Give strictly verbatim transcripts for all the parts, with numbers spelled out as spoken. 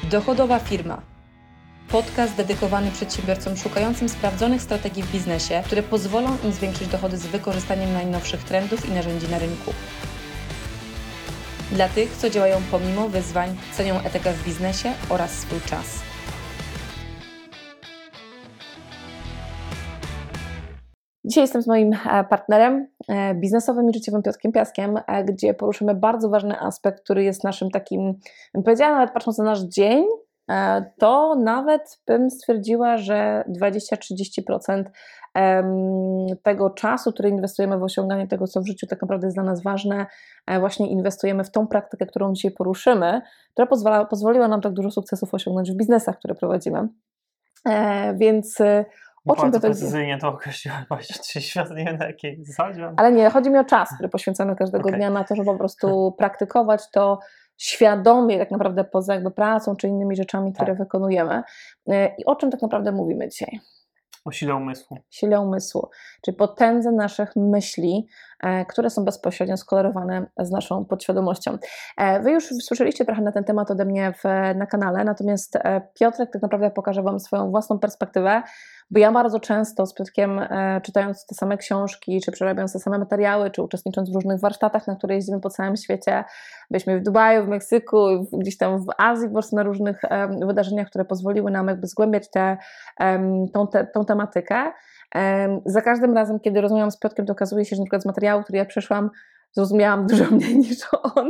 Dochodowa firma. Podcast dedykowany przedsiębiorcom szukającym sprawdzonych strategii w biznesie, które pozwolą im zwiększyć dochody z wykorzystaniem najnowszych trendów i narzędzi na rynku. Dla tych, co działają pomimo wyzwań, cenią etykę w biznesie oraz swój czas. Dzisiaj jestem z moim partnerem biznesowym i życiowym Piotrkiem Piaskiem, gdzie poruszymy bardzo ważny aspekt, który jest naszym takim, bym powiedziała, nawet patrząc na nasz dzień, to nawet bym stwierdziła, że dwadzieścia do trzydziestu procent tego czasu, który inwestujemy w osiąganie tego, co w życiu tak naprawdę jest dla nas ważne, właśnie inwestujemy w tą praktykę, którą dzisiaj poruszymy, która pozwala, pozwoliła nam tak dużo sukcesów osiągnąć w biznesach, które prowadzimy. Więc o czym to precyzyjnie to określiłem, czy świat nie wiem na jakiej zasadzie. Ale nie, chodzi mi o czas, który poświęcamy każdego okay. dnia na to, żeby po prostu praktykować to świadomie tak naprawdę poza jakby pracą czy innymi rzeczami, które tak. wykonujemy. I o czym tak naprawdę mówimy dzisiaj? O sile umysłu. Sile umysłu, czyli potędze naszych myśli, które są bezpośrednio skorelowane z naszą podświadomością. Wy już słyszeliście trochę na ten temat ode mnie w, na kanale, natomiast Piotrek tak naprawdę pokaże Wam swoją własną perspektywę, bo ja bardzo często z Piotrkiem e, czytając te same książki, czy przerabiając te same materiały, czy uczestnicząc w różnych warsztatach, na które jeździmy po całym świecie, byliśmy w Dubaju, w Meksyku, w, gdzieś tam w Azji, po prostu na różnych e, wydarzeniach, które pozwoliły nam jakby zgłębiać te, e, tą, te, tą tematykę. E, za każdym razem, kiedy rozmawiam z Piotrkiem, to okazuje się, że na przykład z materiału, który ja przeszłam, zrozumiałam dużo mniej niż on.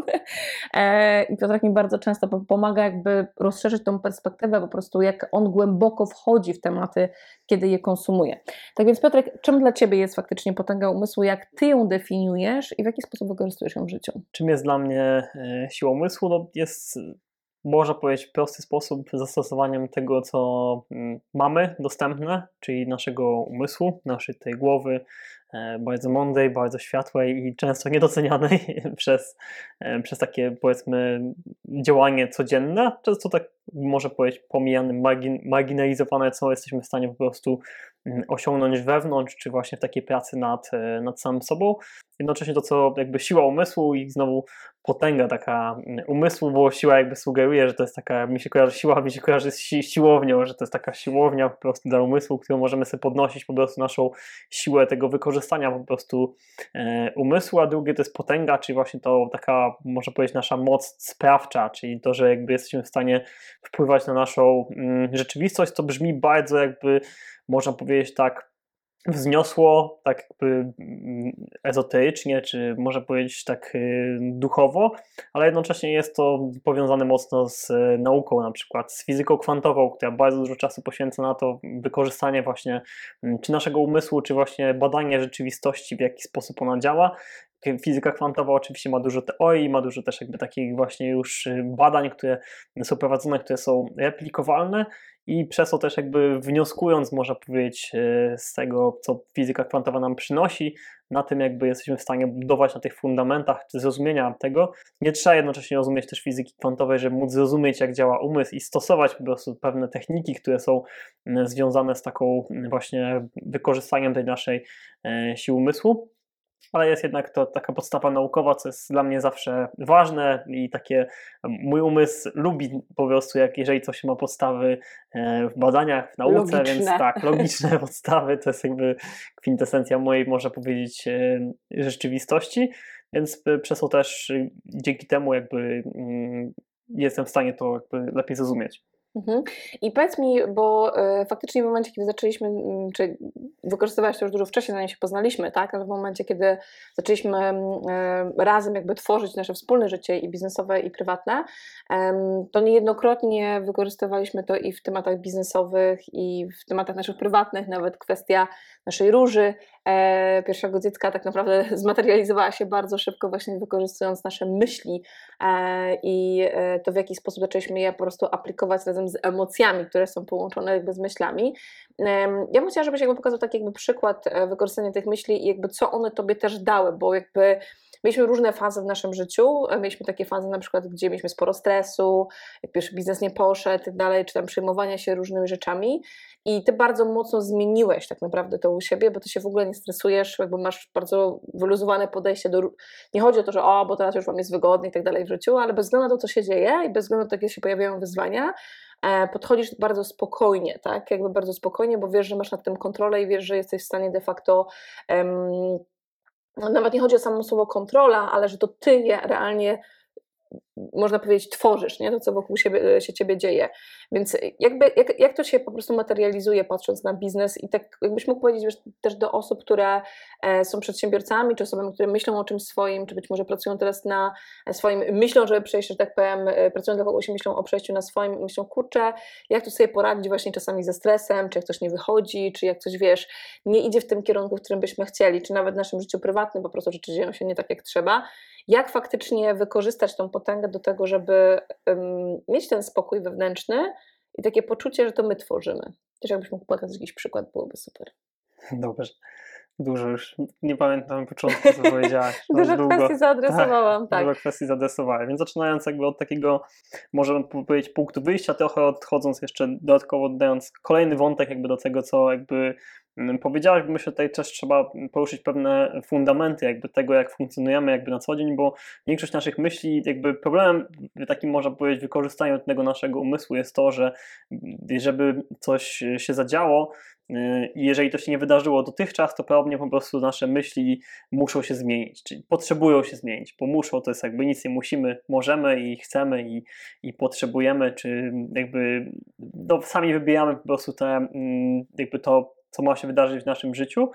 E, I Piotrek mi bardzo często pomaga jakby rozszerzyć tą perspektywę, po prostu jak on głęboko wchodzi w tematy, kiedy je konsumuje. Tak więc Piotrek, czym dla Ciebie jest faktycznie potęga umysłu, jak Ty ją definiujesz i w jaki sposób wykorzystujesz ją w życiu? Czym jest dla mnie e, siła umysłu? No jest, można powiedzieć w prosty sposób, zastosowaniem tego, co mm, mamy dostępne, czyli naszego umysłu, naszej tej głowy, bardzo mądrej, bardzo światłej i często niedocenianej przez, przez takie, powiedzmy, działanie codzienne. Często tak można powiedzieć pomijane, margin, marginalizowane, co jesteśmy w stanie po prostu osiągnąć wewnątrz, czy właśnie w takiej pracy nad, nad samym sobą. Jednocześnie to, co jakby siła umysłu i znowu potęga taka umysłu, bo siła jakby sugeruje, że to jest taka, mi się kojarzy siła, mi się kojarzy z si- siłownią, że to jest taka siłownia po prostu dla umysłu, którą możemy sobie podnosić po prostu naszą siłę tego wykorzystania po prostu e, umysłu, a drugie to jest potęga, czyli właśnie to taka, można powiedzieć, nasza moc sprawcza, czyli to, że jakby jesteśmy w stanie wpływać na naszą mm, rzeczywistość. To brzmi bardzo jakby, można powiedzieć tak, wzniosło, tak jakby ezoterycznie, czy można powiedzieć tak duchowo, ale jednocześnie jest to powiązane mocno z nauką, na przykład z fizyką kwantową, która bardzo dużo czasu poświęca na to wykorzystanie właśnie czy naszego umysłu, czy właśnie badanie rzeczywistości, w jaki sposób ona działa. Fizyka kwantowa oczywiście ma dużo teorii, ma dużo też jakby takich właśnie już badań, które są prowadzone, które są replikowalne i przez to też jakby wnioskując, można powiedzieć, z tego, co fizyka kwantowa nam przynosi, na tym jakby jesteśmy w stanie budować na tych fundamentach zrozumienia tego. Nie trzeba jednocześnie rozumieć też fizyki kwantowej, żeby móc zrozumieć, jak działa umysł i stosować po prostu pewne techniki, które są związane z taką właśnie wykorzystaniem tej naszej siły umysłu. Ale jest jednak to taka podstawa naukowa, co jest dla mnie zawsze ważne i takie mój umysł lubi po prostu, jak jeżeli coś ma podstawy w badaniach, w nauce, logiczne. Więc tak, logiczne podstawy to jest jakby kwintesencja mojej, można powiedzieć, rzeczywistości, więc przez to też dzięki temu jakby jestem w stanie to jakby lepiej zrozumieć. Mhm. I powiedz mi, bo y, faktycznie w momencie, kiedy zaczęliśmy, y, czy wykorzystywałaś to już dużo wcześniej, zanim się poznaliśmy, tak? Ale w momencie, kiedy zaczęliśmy y, razem jakby tworzyć nasze wspólne życie i biznesowe, i prywatne, y, to niejednokrotnie wykorzystywaliśmy to i w tematach biznesowych, i w tematach naszych prywatnych, nawet kwestia naszej róży, e, pierwszego dziecka tak naprawdę zmaterializowała się bardzo szybko, właśnie wykorzystując nasze myśli e, i e, to, w jaki sposób zaczęliśmy je po prostu aplikować razem z emocjami, które są połączone jakby z myślami. E, ja bym chciała, żebyś jakby pokazał taki jakby przykład wykorzystania tych myśli i jakby co one Tobie też dały, bo jakby mieliśmy różne fazy w naszym życiu, mieliśmy takie fazy na przykład, gdzie mieliśmy sporo stresu, jak pierwszy biznes nie poszedł i tak dalej, czy tam przejmowania się różnymi rzeczami i ty bardzo mocno zmieniłeś tak naprawdę to u siebie, bo ty się w ogóle nie stresujesz, jakby masz bardzo wyluzowane podejście do, nie chodzi o to, że o, bo teraz już wam jest wygodnie i tak dalej w życiu, ale bez względu na to, co się dzieje i bez względu na to, jakie się pojawiają wyzwania, podchodzisz bardzo spokojnie, tak, jakby bardzo spokojnie, bo wiesz, że masz nad tym kontrolę i wiesz, że jesteś w stanie de facto um, nawet nie chodzi o samo słowo kontrola, ale że to ty je realnie, można powiedzieć, tworzysz, nie? To, co wokół siebie, się ciebie dzieje. Więc jakby, jak, jak to się po prostu materializuje, patrząc na biznes i tak jakbyś mógł powiedzieć, wiesz, też do osób, które e, są przedsiębiorcami, czy osobami, które myślą o czymś swoim, czy być może pracują teraz na swoim, myślą, żeby przejść, że tak powiem, pracują dla kogoś i myślą o przejściu na swoim, myślą, kurczę, jak tu sobie poradzić właśnie czasami ze stresem, czy jak coś nie wychodzi, czy jak coś, wiesz, nie idzie w tym kierunku, w którym byśmy chcieli, czy nawet w naszym życiu prywatnym po prostu rzeczy dzieją się nie tak, jak trzeba. Jak faktycznie wykorzystać tą potęgę do tego, żeby um, mieć ten spokój wewnętrzny i takie poczucie, że to my tworzymy. Też jakbyś mógł pokazać jakiś przykład, byłoby super. Dobrze. Dużo już, nie pamiętam na początku, co powiedziałaś. Dużo długo. kwestii zaadresowałam, tak. Dużo kwestii zaadresowałem, więc zaczynając jakby od takiego, możemy powiedzieć, punktu wyjścia, trochę odchodząc jeszcze dodatkowo, dodając kolejny wątek jakby do tego, co jakby powiedziałaś, bo myślę, że tutaj też trzeba poruszyć pewne fundamenty jakby tego, jak funkcjonujemy jakby na co dzień, bo większość naszych myśli, jakby problemem takim, można powiedzieć, wykorzystania tego naszego umysłu jest to, że żeby coś się zadziało, i jeżeli to się nie wydarzyło dotychczas, to prawdopodobnie po prostu nasze myśli muszą się zmienić, czyli potrzebują się zmienić, bo muszą, to jest jakby nic nie musimy, możemy i chcemy i, i potrzebujemy, czy jakby no, sami wybieramy po prostu te, jakby to, co ma się wydarzyć w naszym życiu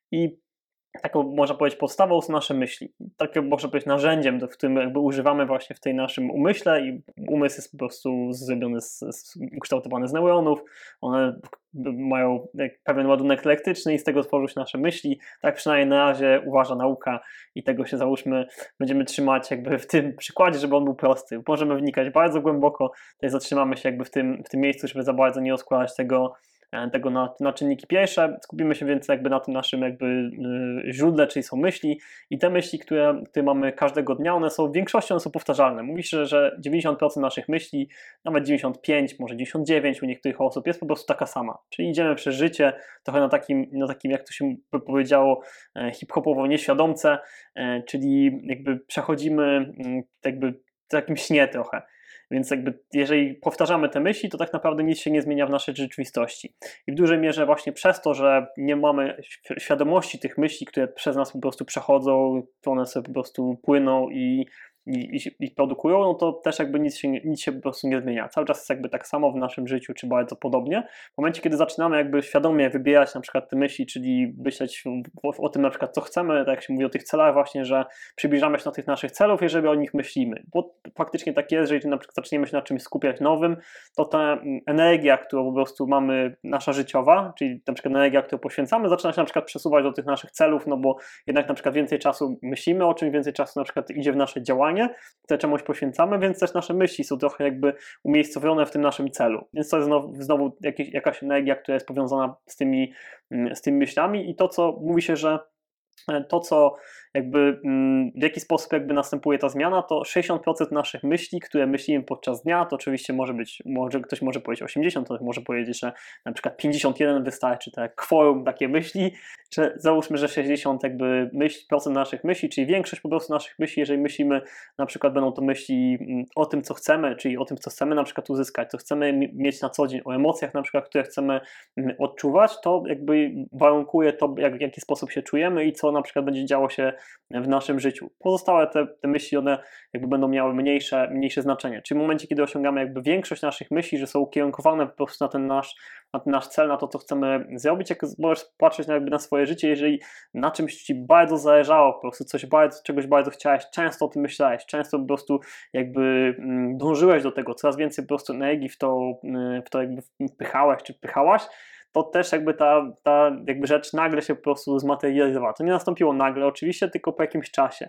i taką, można powiedzieć, podstawą są nasze myśli. Takie, można powiedzieć, narzędziem, w którym jakby używamy właśnie w tej naszym umyśle i umysł jest po prostu zrobiony, z, z, ukształtowany z neuronów, one mają pewien ładunek elektryczny i z tego tworzą się nasze myśli. Tak przynajmniej na razie uważa nauka i tego się, załóżmy, będziemy trzymać jakby w tym przykładzie, żeby on był prosty. Możemy wnikać bardzo głęboko, tutaj zatrzymamy się jakby w tym, w tym miejscu, żeby za bardzo nie rozkładać tego tego na, na czynniki pierwsze, skupimy się więc jakby na tym naszym jakby y, źródle, czyli są myśli i te myśli, które, które mamy każdego dnia, one są w większości one są powtarzalne. Mówi się, że dziewięćdziesiąt procent naszych myśli, nawet dziewięćdziesiąt pięć procent, może dziewięćdziesiąt dziewięć procent u niektórych osób jest po prostu taka sama. Czyli idziemy przez życie trochę na takim, na takim jak to się by powiedziało, hip-hopowo nieświadomce, czyli jakby przechodzimy jakby w takim śnie trochę. Więc jakby jeżeli powtarzamy te myśli, to tak naprawdę nic się nie zmienia w naszej rzeczywistości. I w dużej mierze właśnie przez to, że nie mamy świadomości tych myśli, które przez nas po prostu przechodzą, to one sobie po prostu płyną i i, i, i produkują, no to też jakby nic się, nic się po prostu nie zmienia. Cały czas jest jakby tak samo w naszym życiu, czy bardzo podobnie. W momencie, kiedy zaczynamy jakby świadomie wybierać na przykład te myśli, czyli myśleć o, o tym na przykład, co chcemy, tak jak się mówi o tych celach właśnie, że przybliżamy się do tych naszych celów, jeżeli o nich myślimy. Bo faktycznie tak jest, że jeżeli na przykład zaczniemy się na czymś skupiać nowym, to ta energia, którą po prostu mamy, nasza życiowa, czyli na przykład energia, którą poświęcamy, zaczyna się na przykład przesuwać do tych naszych celów, no bo jednak na przykład więcej czasu myślimy o czymś, więcej czasu na przykład idzie w nasze działanie, które czemuś poświęcamy, więc też nasze myśli są trochę jakby umiejscowione w tym naszym celu. Więc to jest znowu, znowu jakieś, jakaś energia, która jest powiązana z tymi, z tymi myślami i to, co mówi się, że to, co jakby w jaki sposób jakby następuje ta zmiana, to sześćdziesiąt procent naszych myśli, które myślimy podczas dnia, to oczywiście może być, może ktoś może powiedzieć osiemdziesiąt, ktoś może powiedzieć, że na przykład pięćdziesiąt jeden wystarczy, tak kworum takie myśli, że załóżmy, że sześćdziesiąt jakby myśl, procent naszych myśli, czyli większość po prostu naszych myśli, jeżeli myślimy, na przykład będą to myśli o tym, co chcemy, czyli o tym, co chcemy na przykład uzyskać, co chcemy mieć na co dzień, o emocjach na przykład, które chcemy odczuwać, to jakby warunkuje to, jak, w jaki sposób się czujemy i co na przykład będzie działo się w naszym życiu. Pozostałe te, te myśli, one jakby będą miały mniejsze, mniejsze znaczenie. Czyli w momencie, kiedy osiągamy jakby większość naszych myśli, że są ukierunkowane po prostu na ten nasz, na ten nasz cel, na to, co chcemy zrobić, jak możesz patrzeć jakby na swoje życie, jeżeli na czymś ci bardzo zależało, po prostu coś bardzo, czegoś bardzo chciałeś, często o tym myślałeś, często po prostu jakby dążyłeś do tego, coraz więcej po prostu energii w to, w to jakby wpychałeś, czy wpychałaś, to też jakby ta, ta jakby rzecz nagle się po prostu zmaterializowała. To nie nastąpiło nagle oczywiście, tylko po jakimś czasie.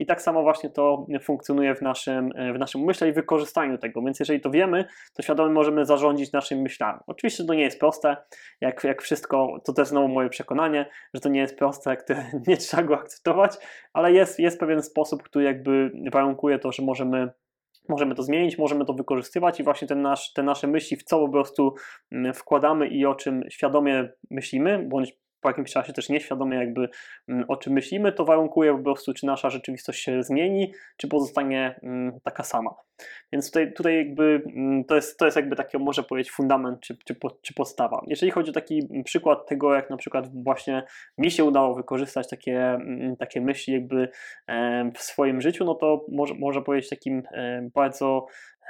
i tak samo właśnie to funkcjonuje w naszym, w naszym umyśle i wykorzystaniu tego, więc jeżeli to wiemy, to świadomie możemy zarządzić naszymi myślami. Oczywiście to nie jest proste, jak, jak wszystko, to też znowu moje przekonanie, że to nie jest proste, które nie trzeba go akceptować, ale jest, jest pewien sposób, który jakby warunkuje to, że możemy Możemy to zmienić, możemy to wykorzystywać i właśnie ten nasz, te nasze myśli, w co po prostu wkładamy i o czym świadomie myślimy, bądź po jakimś czasie też nieświadomie jakby o czym myślimy, to warunkuje po prostu, czy nasza rzeczywistość się zmieni, czy pozostanie taka sama. Więc tutaj, tutaj jakby to jest, to jest jakby taki, może powiedzieć, fundament czy, czy, czy podstawa. Jeżeli chodzi o taki przykład tego, jak na przykład właśnie mi się udało wykorzystać takie, takie myśli jakby w swoim życiu, no to może, może powiedzieć takim bardzo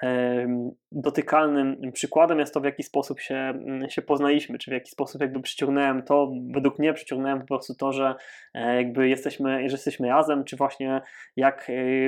dotykalnym przykładem jest to, w jaki sposób się, się poznaliśmy, czy w jaki sposób jakby przyciągnąłem to, według mnie przyciągnąłem po prostu to, że jakby jesteśmy, że jesteśmy razem, czy właśnie jak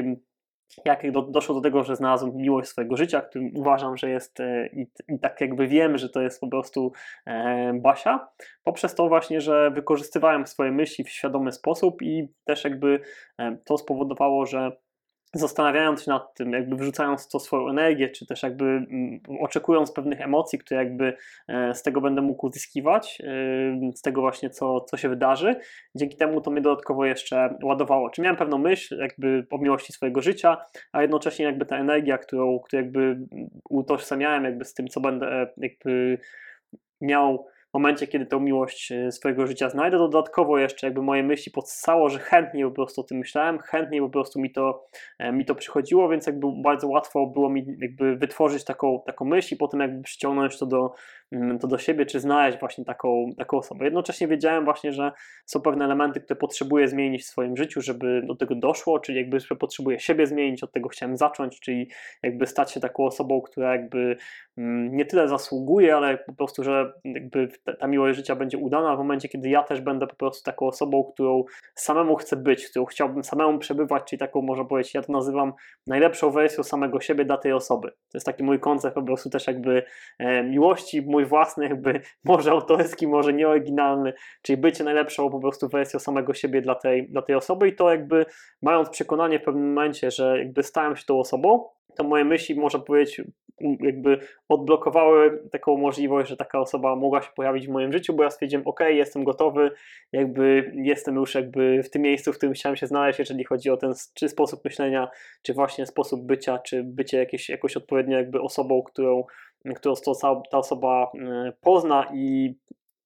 jak do, doszło do tego, że znalazłem miłość swojego życia, którym uważam, że jest i, i tak jakby wiem, że to jest po prostu e, Basia, poprzez to właśnie, że wykorzystywałem swoje myśli w świadomy sposób i też jakby e, to spowodowało, że zastanawiając się nad tym, jakby wrzucając to swoją energię, czy też jakby mm, oczekując pewnych emocji, które jakby e, z tego będę mógł uzyskiwać, e, z tego właśnie, co, co się wydarzy, dzięki temu to mnie dodatkowo jeszcze ładowało. Czy miałem pewną myśl jakby o miłości swojego życia, a jednocześnie jakby ta energia, którą, którą jakby utożsamiałem jakby z tym, co będę jakby miał w momencie, kiedy tę miłość swojego życia znajdę, to dodatkowo jeszcze jakby moje myśli podstało, że chętniej po prostu o tym myślałem, chętniej po prostu mi to, mi to przychodziło, więc jakby bardzo łatwo było mi jakby wytworzyć taką, taką myśl i potem jakby przyciągnąć to do, to do siebie, czy znaleźć właśnie taką, taką osobę. Jednocześnie wiedziałem właśnie, że są pewne elementy, które potrzebuję zmienić w swoim życiu, żeby do tego doszło, czyli jakby że potrzebuję siebie zmienić, od tego chciałem zacząć, czyli jakby stać się taką osobą, która jakby nie tyle zasługuje, ale po prostu, że jakby ta miłość życia będzie udana w momencie, kiedy ja też będę po prostu taką osobą, którą samemu chcę być, którą chciałbym samemu przebywać, czyli taką, można powiedzieć, ja to nazywam najlepszą wersją samego siebie dla tej osoby. To jest taki mój koncept po prostu też jakby e, miłości, mój własny jakby, może autorski, może nieoryginalny, czyli bycie najlepszą po prostu wersją samego siebie dla tej, dla tej osoby i to jakby mając przekonanie w pewnym momencie, że jakby stałem się tą osobą, to moje myśli, można powiedzieć, jakby odblokowały taką możliwość, że taka osoba mogła się pojawić w moim życiu, bo ja stwierdziłem, ok, jestem gotowy, jakby jestem już jakby w tym miejscu, w którym chciałem się znaleźć, jeżeli chodzi o ten czy sposób myślenia, czy właśnie sposób bycia, czy bycie jakieś, jakoś odpowiednio jakby osobą, którą, którą ta osoba pozna i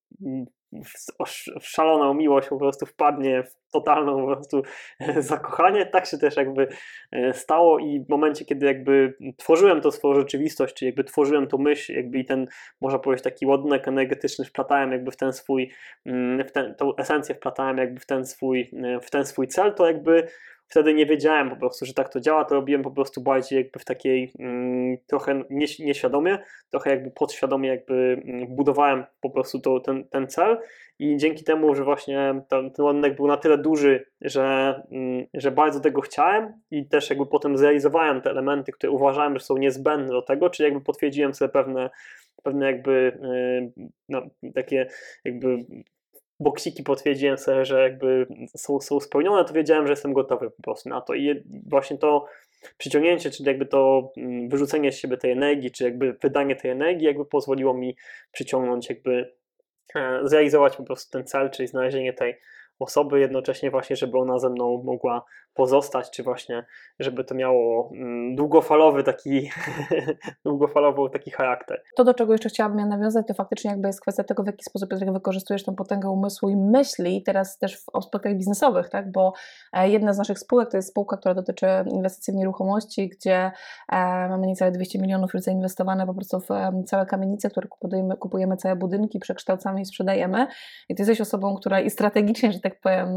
w szaloną miłość po prostu wpadnie, w totalną po prostu zakochanie. Tak się też jakby stało i w momencie, kiedy jakby tworzyłem tą swoją rzeczywistość, czy jakby tworzyłem tą myśl, jakby i ten, można powiedzieć, taki ładunek energetyczny wplatałem jakby w ten swój, w ten, tą esencję wplatałem jakby w ten swój, w ten swój cel, to jakby wtedy nie wiedziałem po prostu, że tak to działa, to robiłem po prostu bardziej jakby w takiej mm, trochę nieś, nieświadomie, trochę jakby podświadomie jakby budowałem po prostu to, ten, ten cel i dzięki temu, że właśnie ten, ten ładunek był na tyle duży, że, mm, że bardzo tego chciałem i też jakby potem zrealizowałem te elementy, które uważałem, że są niezbędne do tego, czyli jakby potwierdziłem sobie pewne, pewne jakby yy, no, takie jakby boksiki potwierdziłem sobie, że jakby są, są spełnione, to wiedziałem, że jestem gotowy po prostu na to i właśnie to przyciągnięcie, czyli jakby to wyrzucenie z siebie tej energii, czy jakby wydanie tej energii jakby pozwoliło mi przyciągnąć jakby zrealizować po prostu ten cel, czyli znalezienie tej osoby, jednocześnie właśnie, żeby ona ze mną mogła pozostać, czy właśnie, żeby to miało długofalowy taki, długofalowy taki charakter. To, do czego jeszcze chciałabym ja nawiązać, to faktycznie jakby jest kwestia tego, w jaki sposób wykorzystujesz tą potęgę umysłu i myśli, teraz też w aspektach biznesowych, tak, bo jedna z naszych spółek to jest spółka, która dotyczy inwestycji w nieruchomości, gdzie mamy niecałe dwieście milionów już zainwestowane po prostu w całe kamienice, które kupujemy, kupujemy całe budynki, przekształcamy i sprzedajemy i ty jesteś osobą, która i strategicznie, że tak powiem,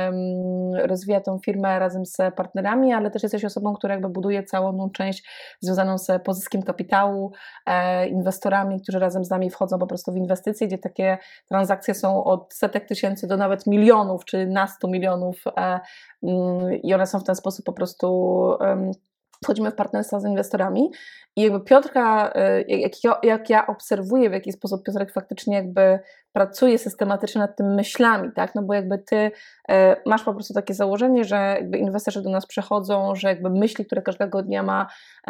rozwija tą firmę razem z partnerami, ale też jesteś osobą, która jakby buduje całą tą część związaną z pozyskiem kapitału, e, inwestorami, którzy razem z nami wchodzą po prostu w inwestycje, gdzie takie transakcje są od setek tysięcy do nawet milionów, czy nastu milionów e, mm, i one są w ten sposób po prostu um, wchodzimy w partnerstwa z inwestorami i jakby Piotrka, jak ja, jak ja obserwuję, w jaki sposób Piotrek faktycznie jakby pracuje systematycznie nad tym myślami, tak, no bo jakby ty e, masz po prostu takie założenie, że jakby inwestorzy do nas przychodzą, że jakby myśli, które każdego dnia ma,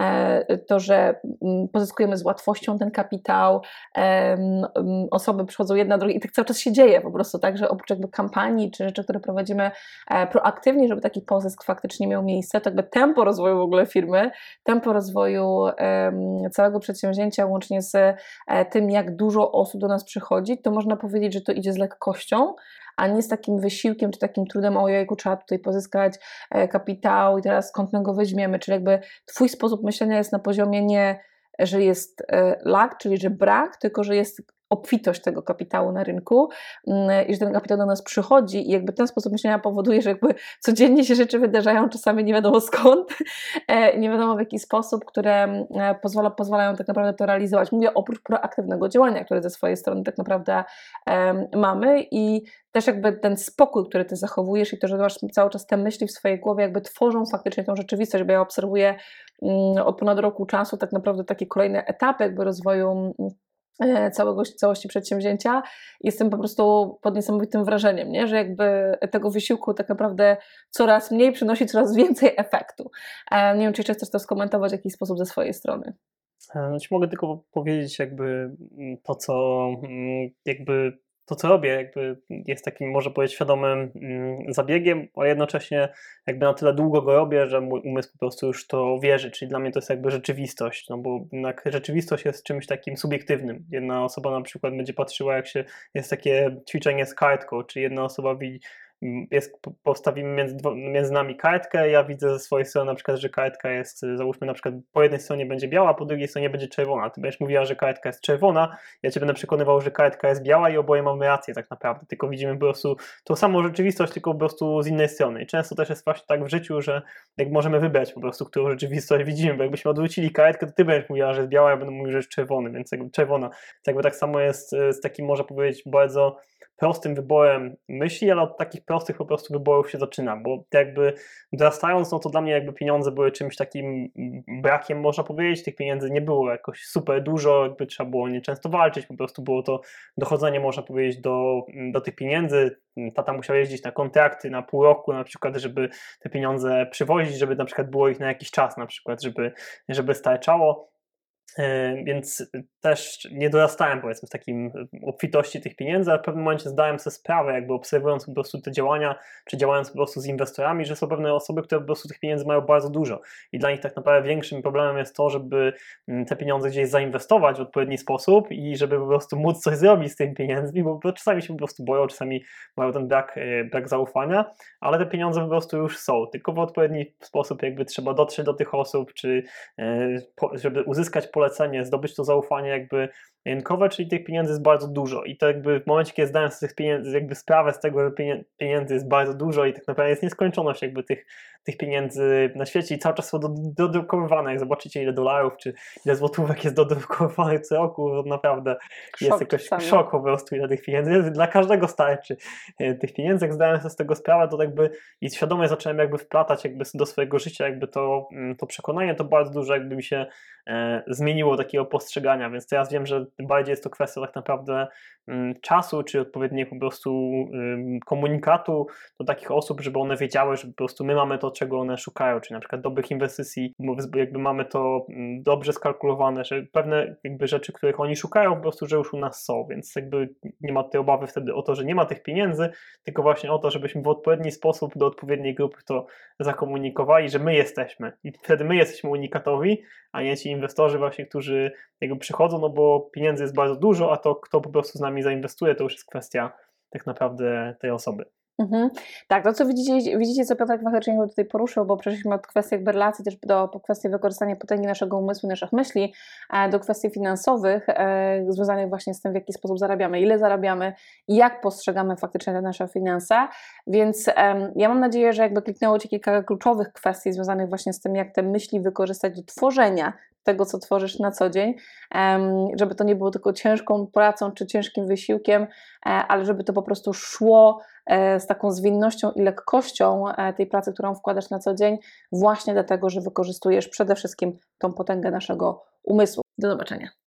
e, to, że m, pozyskujemy z łatwością ten kapitał, e, m, osoby przychodzą jedna, druga i tak cały czas się dzieje po prostu, tak, że oprócz jakby kampanii, czy rzeczy, które prowadzimy e, proaktywnie, żeby taki pozysk faktycznie miał miejsce, to jakby tempo rozwoju w ogóle firmy, tempo rozwoju e, całego przedsięwzięcia, łącznie z e, tym, jak dużo osób do nas przychodzi, to można powiedzieć, że to idzie z lekkością, a nie z takim wysiłkiem, czy takim trudem, ojejku, trzeba tutaj pozyskać e, kapitał i teraz skąd my go weźmiemy, czyli jakby twój sposób myślenia jest na poziomie nie, że jest e, lack, czyli że brak, tylko że jest obfitość tego kapitału na rynku mm, i że ten kapitał do nas przychodzi i jakby ten sposób myślenia powoduje, że jakby codziennie się rzeczy wydarzają, czasami nie wiadomo skąd, e, nie wiadomo w jaki sposób, które e, pozwala, pozwalają tak naprawdę to realizować. Mówię oprócz proaktywnego działania, które ze swojej strony tak naprawdę e, mamy i też jakby ten spokój, który ty zachowujesz i to, że masz cały czas te myśli w swojej głowie jakby tworzą faktycznie tą rzeczywistość, bo ja obserwuję mm, od ponad roku czasu tak naprawdę takie kolejne etapy jakby rozwoju całego, całości przedsięwzięcia. Jestem po prostu pod niesamowitym wrażeniem, nie? Że jakby tego wysiłku tak naprawdę coraz mniej przynosi coraz więcej efektu. Nie wiem, czy jeszcze chcesz to skomentować w jakiś sposób ze swojej strony. Znaczy mogę tylko powiedzieć jakby to, co jakby to, co robię, jakby jest takim, może powiedzieć, świadomym zabiegiem, a jednocześnie jakby na tyle długo go robię, że mój umysł po prostu już to wierzy, czyli dla mnie to jest jakby rzeczywistość, no bo jednak rzeczywistość jest czymś takim subiektywnym. Jedna osoba na przykład będzie patrzyła, jak się, jest takie ćwiczenie z kartką, czy jedna osoba widzi, jest, postawimy między, między nami kartkę, ja widzę ze swojej strony na przykład, że kartka jest, załóżmy na przykład po jednej stronie będzie biała, a po drugiej stronie będzie czerwona. Ty będziesz mówiła, że kartka jest czerwona, ja cię będę przekonywał, że kartka jest biała i oboje mamy rację tak naprawdę, tylko widzimy po prostu tą samą rzeczywistość, tylko po prostu z innej strony. I często też jest właśnie tak w życiu, że jak możemy wybrać po prostu, którą rzeczywistość widzimy, bo jakbyśmy odwrócili kartkę, to ty będziesz mówiła, że jest biała, ja będę mówił, że jest czerwony, więc jakby czerwona. To jakby tak samo jest z takim, można powiedzieć, bardzo prostym wyborem myśli, ale od takich prostych po prostu wyborów się zaczyna, bo jakby dorastając, no to dla mnie jakby pieniądze były czymś takim brakiem, można powiedzieć, tych pieniędzy nie było jakoś super dużo, jakby trzeba było nieczęsto walczyć, po prostu było to dochodzenie, można powiedzieć, do, do tych pieniędzy. Tata musiał jeździć na kontrakty na pół roku na przykład, żeby te pieniądze przywozić, żeby na przykład było ich na jakiś czas na przykład, żeby, żeby starczało. Więc też nie dorastałem, powiedzmy, w takim obfitości tych pieniędzy, ale w pewnym momencie zdałem sobie sprawę, jakby obserwując po prostu te działania, czy działając po prostu z inwestorami, że są pewne osoby, które po prostu tych pieniędzy mają bardzo dużo i dla nich tak naprawdę większym problemem jest to, żeby te pieniądze gdzieś zainwestować w odpowiedni sposób i żeby po prostu móc coś zrobić z tymi pieniędzmi, bo czasami się po prostu boją, czasami mają ten brak, brak zaufania, ale te pieniądze po prostu już są, tylko w odpowiedni sposób jakby trzeba dotrzeć do tych osób, czy żeby uzyskać polecenie, zdobyć to zaufanie jakby rynkowe, czyli tych pieniędzy jest bardzo dużo i to jakby w momencie, kiedy zdałem sobie z tych pieniędzy, jakby sprawę z tego, że pieniędzy jest bardzo dużo i tak naprawdę jest nieskończoność jakby tych, tych pieniędzy na świecie i cały czas są dodrukowywane, jak zobaczycie ile dolarów czy ile złotówek jest dodrukowanych co roku, to naprawdę Szok jest jakoś czasami. szok po prostu ile tych pieniędzy, dla każdego starczy tych pieniędzy, jak zdałem sobie z tego sprawę, to jakby i świadomie zacząłem jakby wplatać jakby do swojego życia jakby to, to przekonanie, to bardzo dużo jakby mi się e, zmieniło takiego postrzegania, więc teraz wiem, że bardziej jest to kwestia tak naprawdę um, czasu, czy odpowiedniego po prostu um, komunikatu do takich osób, żeby one wiedziały, że po prostu my mamy to, czego one szukają, czyli na przykład dobrych inwestycji, jakby mamy to um, dobrze skalkulowane, że pewne jakby rzeczy, których oni szukają, po prostu, że już u nas są, więc jakby nie ma tej obawy wtedy o to, że nie ma tych pieniędzy, tylko właśnie o to, żebyśmy w odpowiedni sposób do odpowiedniej grupy to zakomunikowali, że my jesteśmy i wtedy my jesteśmy unikatowi, a nie ci inwestorzy właśnie, którzy jakby przychodzą, no bo pieniędzy jest bardzo dużo, a to kto po prostu z nami zainwestuje, to już jest kwestia tak naprawdę tej osoby. Mhm. Tak, to co widzicie, widzicie co Piotrek faktycznie tutaj poruszył, bo przeszliśmy od kwestii jakby relacji też do po kwestii wykorzystania potęgi naszego umysłu, naszych myśli, do kwestii finansowych, e, związanych właśnie z tym, w jaki sposób zarabiamy, ile zarabiamy i jak postrzegamy faktycznie te nasze finanse, więc e, ja mam nadzieję, że jakby kliknęło Ci kilka kluczowych kwestii związanych właśnie z tym, jak te myśli wykorzystać do tworzenia tego, co tworzysz na co dzień, żeby to nie było tylko ciężką pracą czy ciężkim wysiłkiem, ale żeby to po prostu szło z taką zwinnością i lekkością tej pracy, którą wkładasz na co dzień, właśnie dlatego, że wykorzystujesz przede wszystkim tą potęgę naszego umysłu. Do zobaczenia.